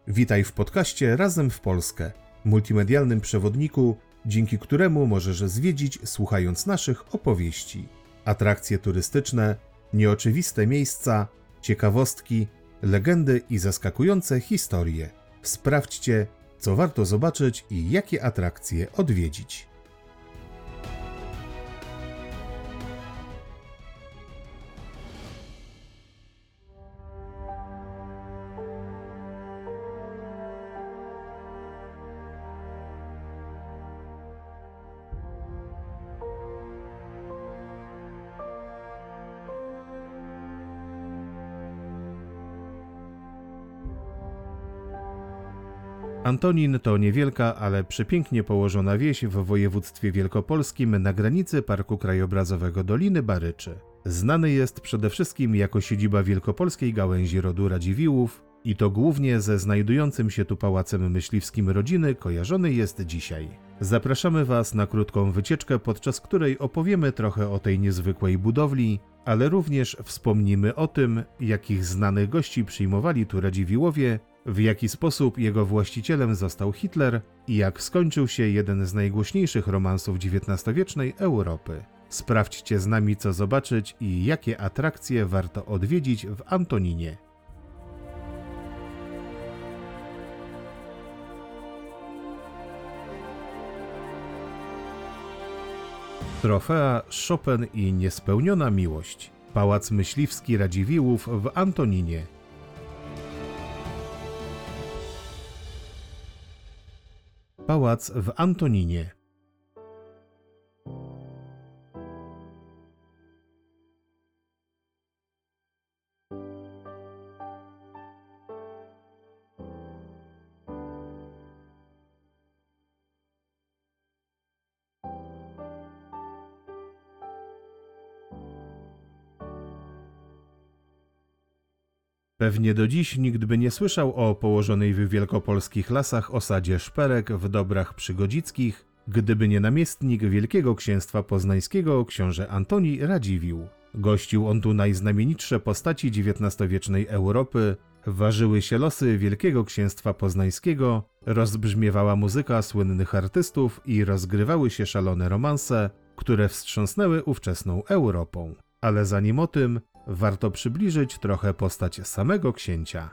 Witaj w podcaście Razem w Polskę, multimedialnym przewodniku, dzięki któremu możesz zwiedzić, słuchając naszych opowieści. Atrakcje turystyczne, nieoczywiste miejsca, ciekawostki, legendy i zaskakujące historie. Sprawdźcie, co warto zobaczyć i jakie atrakcje odwiedzić. Antonin to niewielka, ale przepięknie położona wieś w województwie wielkopolskim na granicy Parku Krajobrazowego Doliny Baryczy. Znany jest przede wszystkim jako siedziba wielkopolskiej gałęzi rodu Radziwiłłów i to głównie ze znajdującym się tu pałacem myśliwskim rodziny kojarzony jest dzisiaj. Zapraszamy Was na krótką wycieczkę, podczas której opowiemy trochę o tej niezwykłej budowli, ale również wspomnimy o tym, jakich znanych gości przyjmowali tu Radziwiłłowie, w jaki sposób jego właścicielem został Hitler i jak skończył się jeden z najgłośniejszych romansów XIX-wiecznej Europy. Sprawdźcie z nami, co zobaczyć i jakie atrakcje warto odwiedzić w Antoninie. Trofea, Chopin i niespełniona miłość. Pałac myśliwski Radziwiłłów w Antoninie. Pałac w Antoninie. Pewnie do dziś nikt by nie słyszał o położonej w wielkopolskich lasach osadzie Szperek w Dobrach Przygodzickich, gdyby nie namiestnik Wielkiego Księstwa Poznańskiego książę Antoni Radziwiłł. Gościł on tu najznamienitsze postaci XIX-wiecznej Europy, ważyły się losy Wielkiego Księstwa Poznańskiego, rozbrzmiewała muzyka słynnych artystów i rozgrywały się szalone romanse, które wstrząsnęły ówczesną Europą. Ale zanim o tym, warto przybliżyć trochę postać samego księcia.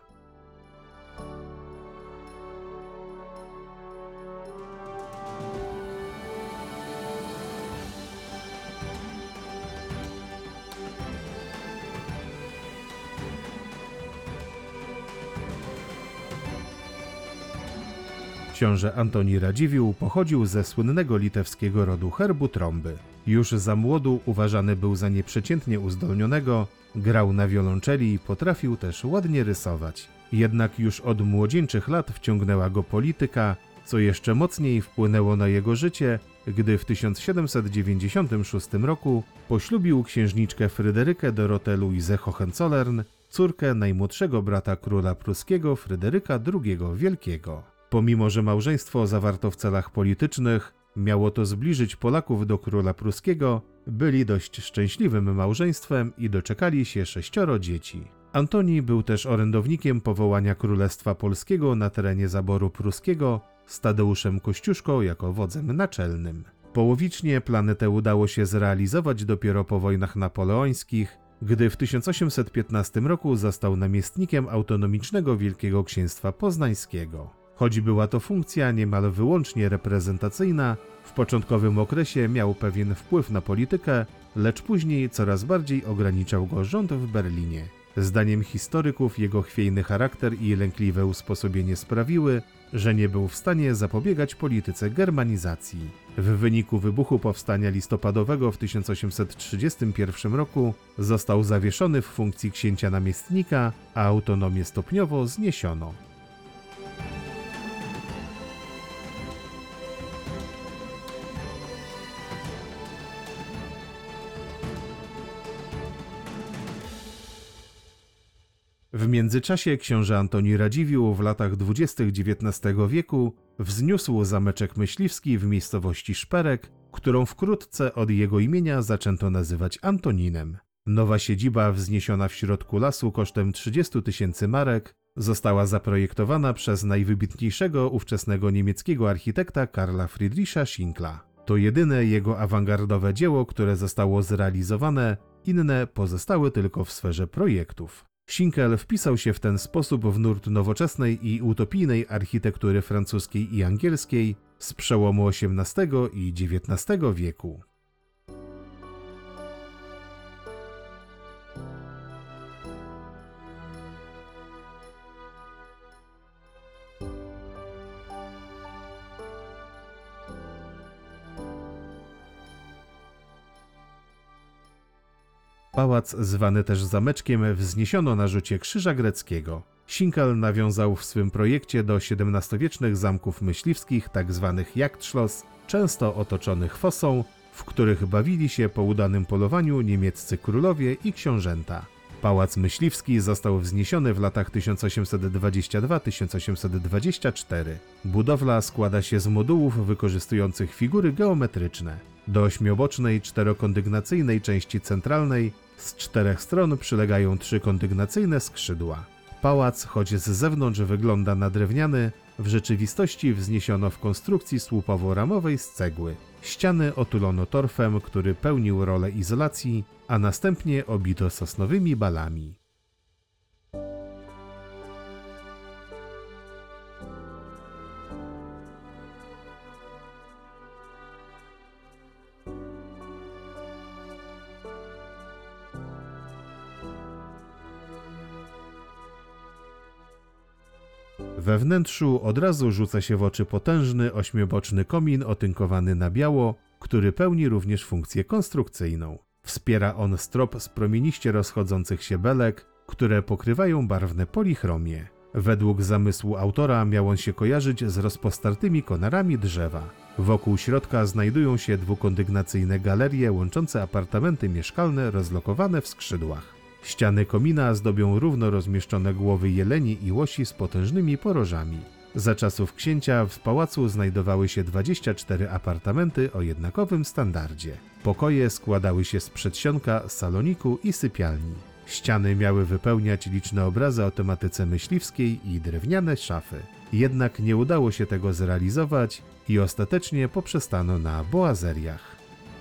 Książę Antoni Radziwiłł pochodził ze słynnego litewskiego rodu herbu trąby. Już za młodu uważany był za nieprzeciętnie uzdolnionego, grał na wiolonczeli i potrafił też ładnie rysować. Jednak już od młodzieńczych lat wciągnęła go polityka, co jeszcze mocniej wpłynęło na jego życie, gdy w 1796 roku poślubił księżniczkę Fryderykę Dorotę Luizę Hohenzollern, córkę najmłodszego brata króla pruskiego Fryderyka II Wielkiego. Pomimo że małżeństwo zawarto w celach politycznych, miało to zbliżyć Polaków do króla pruskiego, byli dość szczęśliwym małżeństwem i doczekali się 6 dzieci. Antoni był też orędownikiem powołania Królestwa Polskiego na terenie zaboru pruskiego z Tadeuszem Kościuszką jako wodzem naczelnym. Połowicznie plany te udało się zrealizować dopiero po wojnach napoleońskich, gdy w 1815 roku został namiestnikiem autonomicznego Wielkiego Księstwa Poznańskiego. Choć była to funkcja niemal wyłącznie reprezentacyjna, w początkowym okresie miał pewien wpływ na politykę, lecz później coraz bardziej ograniczał go rząd w Berlinie. Zdaniem historyków jego chwiejny charakter i lękliwe usposobienie sprawiły, że nie był w stanie zapobiegać polityce germanizacji. W wyniku wybuchu powstania listopadowego w 1831 roku został zawieszony w funkcji księcia namiestnika, a autonomię stopniowo zniesiono. W międzyczasie książę Antoni Radziwiłł w latach 20. XIX wieku wzniósł zameczek myśliwski w miejscowości Szperek, którą wkrótce od jego imienia zaczęto nazywać Antoninem. Nowa siedziba wzniesiona w środku lasu kosztem 30 000 marek Została zaprojektowana przez najwybitniejszego ówczesnego niemieckiego architekta Karla Friedricha Schinkla. To jedyne jego awangardowe dzieło, które zostało zrealizowane, inne pozostały tylko w sferze projektów. Schinkel wpisał się w ten sposób w nurt nowoczesnej i utopijnej architektury francuskiej i angielskiej z przełomu XVIII i XIX wieku. Pałac, zwany też zameczkiem, wzniesiono na rzucie krzyża greckiego. Schinkel nawiązał w swym projekcie do XVII-wiecznych zamków myśliwskich, tzw. Jagdschloss, często otoczonych fosą, w których bawili się po udanym polowaniu niemieccy królowie i książęta. Pałac myśliwski został wzniesiony w latach 1822–1824. Budowla składa się z modułów wykorzystujących figury geometryczne. Do ośmiobocznej, czterokondygnacyjnej części centralnej z 4 stron przylegają 3 kondygnacyjne skrzydła. Pałac, choć z zewnątrz wygląda na drewniany, w rzeczywistości wzniesiono w konstrukcji słupowo-ramowej z cegły. Ściany otulono torfem, który pełnił rolę izolacji, a następnie obito sosnowymi balami. We wnętrzu od razu rzuca się w oczy potężny, ośmioboczny komin otynkowany na biało, który pełni również funkcję konstrukcyjną. Wspiera on strop z promieniście rozchodzących się belek, które pokrywają barwne polichromie. Według zamysłu autora miał on się kojarzyć z rozpostartymi konarami drzewa. Wokół środka znajdują się dwukondygnacyjne galerie łączące apartamenty mieszkalne rozlokowane w skrzydłach. Ściany komina zdobią równo rozmieszczone głowy jeleni i łosi z potężnymi porożami. Za czasów księcia w pałacu znajdowały się 24 apartamenty o jednakowym standardzie. Pokoje składały się z przedsionka, saloniku i sypialni. Ściany miały wypełniać liczne obrazy o tematyce myśliwskiej i drewniane szafy. Jednak nie udało się tego zrealizować i ostatecznie poprzestano na boazeriach.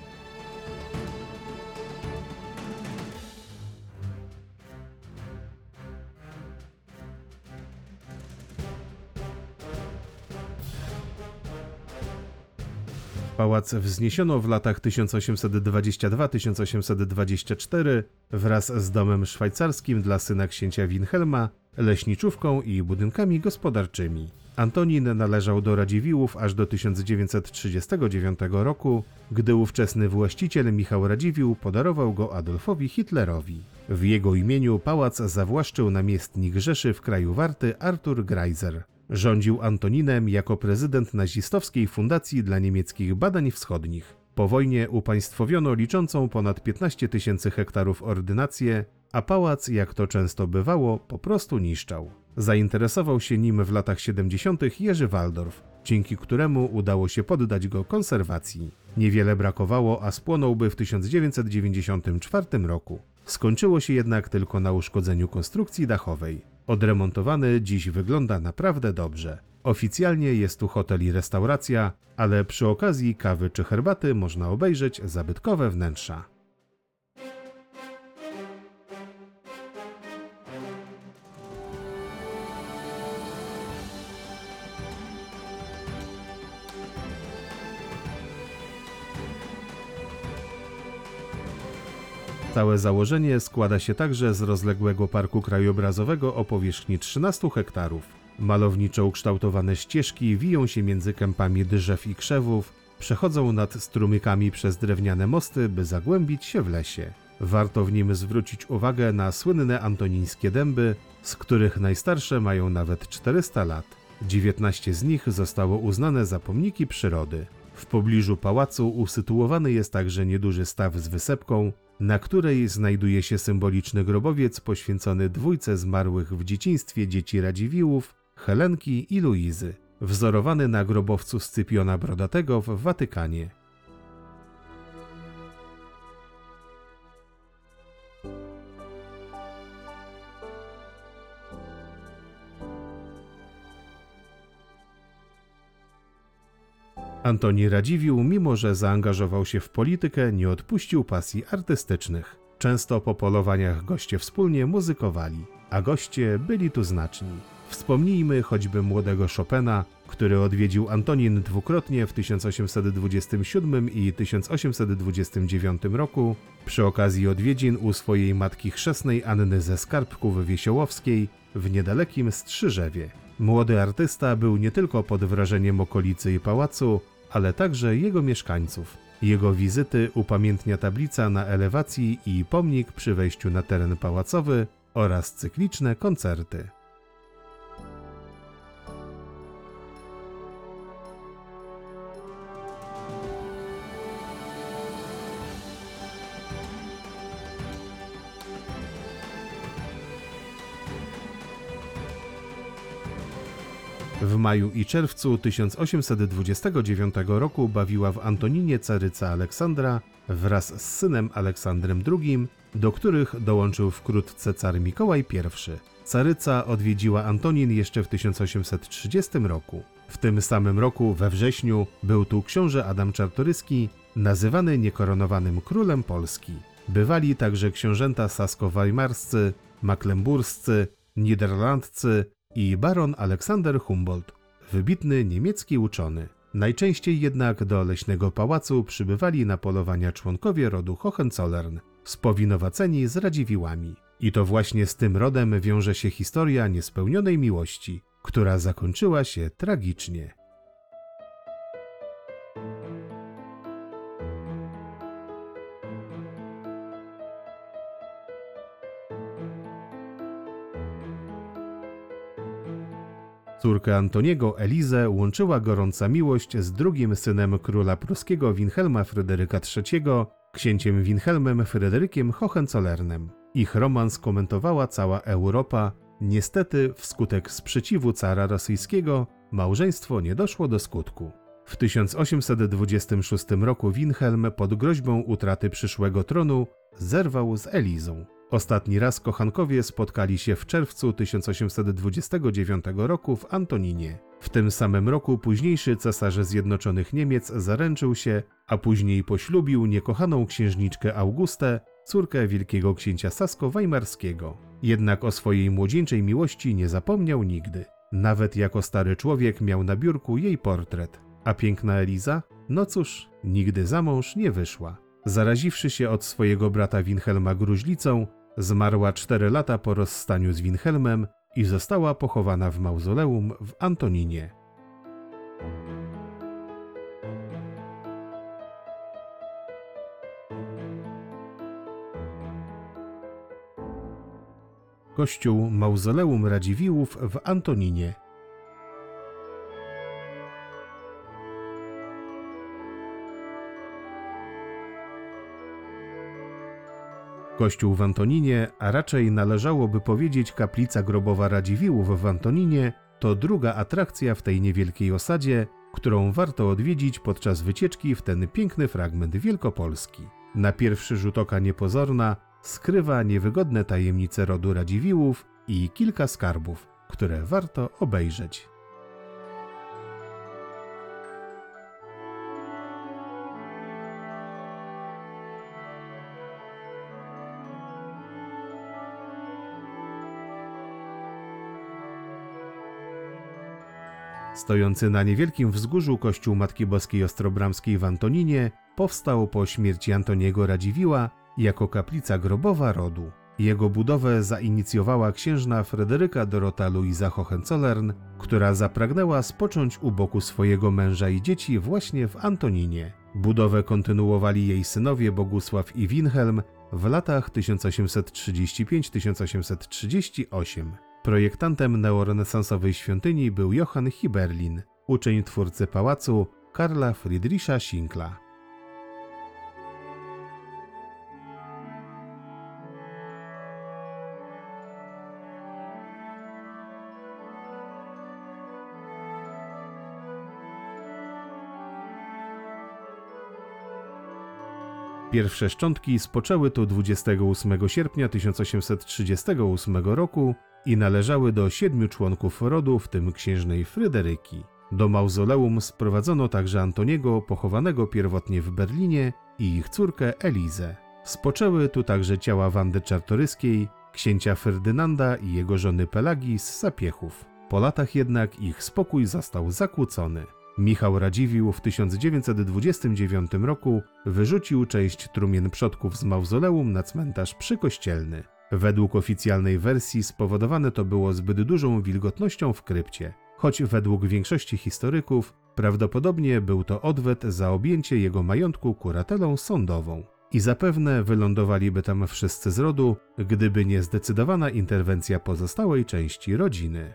Pałac wzniesiono w latach 1822–1824 wraz z domem szwajcarskim dla syna księcia Wilhelma, leśniczówką i budynkami gospodarczymi. Antonin należał do Radziwiłłów aż do 1939 roku, gdy ówczesny właściciel Michał Radziwiłł podarował go Adolfowi Hitlerowi. W jego imieniu pałac zawłaszczył namiestnik Rzeszy w kraju Warty Artur Greiser. Rządził Antoninem jako prezydent nazistowskiej Fundacji dla Niemieckich Badań Wschodnich. Po wojnie upaństwowiono liczącą ponad 15 000 hektarów ordynację, a pałac, jak to często bywało, po prostu niszczał. Zainteresował się nim w latach 70. Jerzy Waldorf, dzięki któremu udało się poddać go konserwacji. Niewiele brakowało, a spłonąłby w 1994 roku. Skończyło się jednak tylko na uszkodzeniu konstrukcji dachowej. Odremontowany dziś wygląda naprawdę dobrze. Oficjalnie jest tu hotel i restauracja, ale przy okazji kawy czy herbaty można obejrzeć zabytkowe wnętrza. Całe założenie składa się także z rozległego parku krajobrazowego o powierzchni 13 hektarów. Malowniczo ukształtowane ścieżki wiją się między kępami drzew i krzewów, przechodzą nad strumykami przez drewniane mosty, by zagłębić się w lesie. Warto w nim zwrócić uwagę na słynne antonińskie dęby, z których najstarsze mają nawet 400 lat. 19 z nich zostało uznane za pomniki przyrody. W pobliżu pałacu usytuowany jest także nieduży staw z wysepką, na której znajduje się symboliczny grobowiec poświęcony dwójce zmarłych w dzieciństwie dzieci Radziwiłłów, Helenki i Luizy, wzorowany na grobowcu Scypiona Brodatego w Watykanie. Antoni Radziwiłł, mimo że zaangażował się w politykę, nie odpuścił pasji artystycznych. Często po polowaniach goście wspólnie muzykowali, a goście byli tu znaczni. Wspomnijmy choćby młodego Chopina, który odwiedził Antonin dwukrotnie w 1827 i 1829 roku przy okazji odwiedzin u swojej matki chrzestnej Anny ze Skarbków Wiesiołowskiej w niedalekim Strzyżewie. Młody artysta był nie tylko pod wrażeniem okolicy i pałacu, ale także jego mieszkańców. Jego wizyty upamiętnia tablica na elewacji i pomnik przy wejściu na teren pałacowy oraz cykliczne koncerty. W maju i czerwcu 1829 roku bawiła w Antoninie caryca Aleksandra wraz z synem Aleksandrem II, do których dołączył wkrótce car Mikołaj I. Caryca odwiedziła Antonin jeszcze w 1830 roku. W tym samym roku, we wrześniu, był tu książę Adam Czartoryski, nazywany niekoronowanym królem Polski. Bywali także książęta sasko-weimarscy, maklemburscy, niderlandzcy i baron Aleksander Humboldt, wybitny niemiecki uczony. Najczęściej jednak do leśnego pałacu przybywali na polowania członkowie rodu Hohenzollern, spowinowaceni z Radziwiłłami. I to właśnie z tym rodem wiąże się historia niespełnionej miłości, która zakończyła się tragicznie. Córkę Antoniego, Elizę, łączyła gorąca miłość z drugim synem króla pruskiego Wilhelma Fryderyka III, księciem Wilhelmem Fryderykiem Hohenzollernem. Ich romans komentowała cała Europa. Niestety, wskutek sprzeciwu cara rosyjskiego, małżeństwo nie doszło do skutku. W 1826 roku Wilhelm pod groźbą utraty przyszłego tronu zerwał z Elizą. Ostatni raz kochankowie spotkali się w czerwcu 1829 roku w Antoninie. W tym samym roku późniejszy cesarz Zjednoczonych Niemiec zaręczył się, a później poślubił niekochaną księżniczkę Augustę, córkę wielkiego księcia sasko-weimarskiego. Jednak o swojej młodzieńczej miłości nie zapomniał nigdy. Nawet jako stary człowiek miał na biurku jej portret. A piękna Eliza? No cóż, nigdy za mąż nie wyszła. Zaraziwszy się od swojego brata Wilhelma gruźlicą, zmarła 4 lata po rozstaniu z Wilhelmem i została pochowana w mauzoleum w Antoninie. Kościół Mauzoleum Radziwiłłów w Antoninie. Kościół w Antoninie, a raczej należałoby powiedzieć kaplica grobowa Radziwiłłów w Antoninie, to druga atrakcja w tej niewielkiej osadzie, którą warto odwiedzić podczas wycieczki w ten piękny fragment Wielkopolski. Na pierwszy rzut oka niepozorna, skrywa niewygodne tajemnice rodu Radziwiłłów i kilka skarbów, które warto obejrzeć. Stojący na niewielkim wzgórzu kościół Matki Boskiej Ostrobramskiej w Antoninie powstał po śmierci Antoniego Radziwiłła jako kaplica grobowa rodu. Jego budowę zainicjowała księżna Fryderyka Dorota Luiza Hohenzollern, która zapragnęła spocząć u boku swojego męża i dzieci właśnie w Antoninie. Budowę kontynuowali jej synowie Bogusław i Wilhelm w latach 1835–1838. Projektantem neorenesansowej świątyni był Johann Hiberlin, uczeń twórcy pałacu Karla Friedricha Schinkla. Pierwsze szczątki spoczęły tu 28 sierpnia 1838 roku i należały do 7 członków rodu, w tym księżnej Fryderyki. Do mauzoleum sprowadzono także Antoniego, pochowanego pierwotnie w Berlinie, i ich córkę Elizę. Spoczęły tu także ciała Wandy Czartoryskiej, księcia Ferdynanda i jego żony Pelagii z Sapiechów. Po latach jednak ich spokój został zakłócony. Michał Radziwiłł w 1929 roku wyrzucił część trumien przodków z mauzoleum na cmentarz przykościelny. Według oficjalnej wersji spowodowane to było zbyt dużą wilgotnością w krypcie, choć według większości historyków prawdopodobnie był to odwet za objęcie jego majątku kuratelą sądową. I zapewne wylądowaliby tam wszyscy z rodu, gdyby nie zdecydowana interwencja pozostałej części rodziny.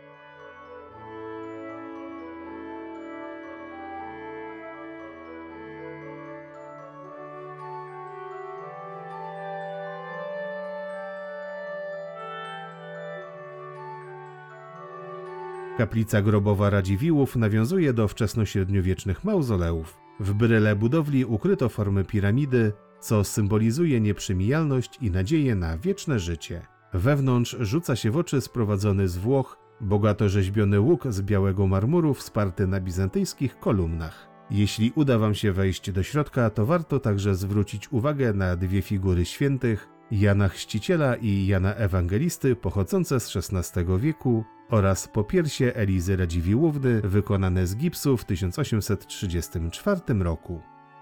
Kaplica grobowa Radziwiłłów nawiązuje do wczesnośredniowiecznych mauzoleów. W bryle budowli ukryto formy piramidy, co symbolizuje nieprzemijalność i nadzieję na wieczne życie. Wewnątrz rzuca się w oczy sprowadzony z Włoch, bogato rzeźbiony łuk z białego marmuru wsparty na bizantyjskich kolumnach. Jeśli uda wam się wejść do środka, to warto także zwrócić uwagę na dwie figury świętych, Jana Chrzciciela i Jana Ewangelisty pochodzące z XVI wieku oraz popiersie Elizy Radziwiłłówny wykonane z gipsu w 1834 roku.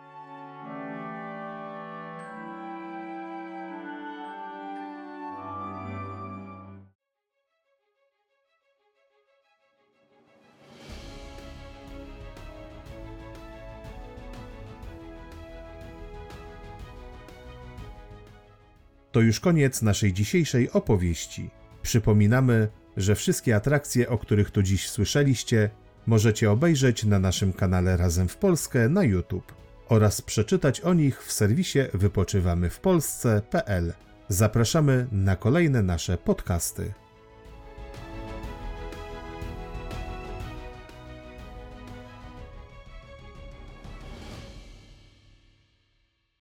To już koniec naszej dzisiejszej opowieści. Przypominamy, że wszystkie atrakcje, o których tu dziś słyszeliście, możecie obejrzeć na naszym kanale Razem w Polskę na YouTube oraz przeczytać o nich w serwisie wypoczywamywpolsce.pl. Zapraszamy na kolejne nasze podcasty.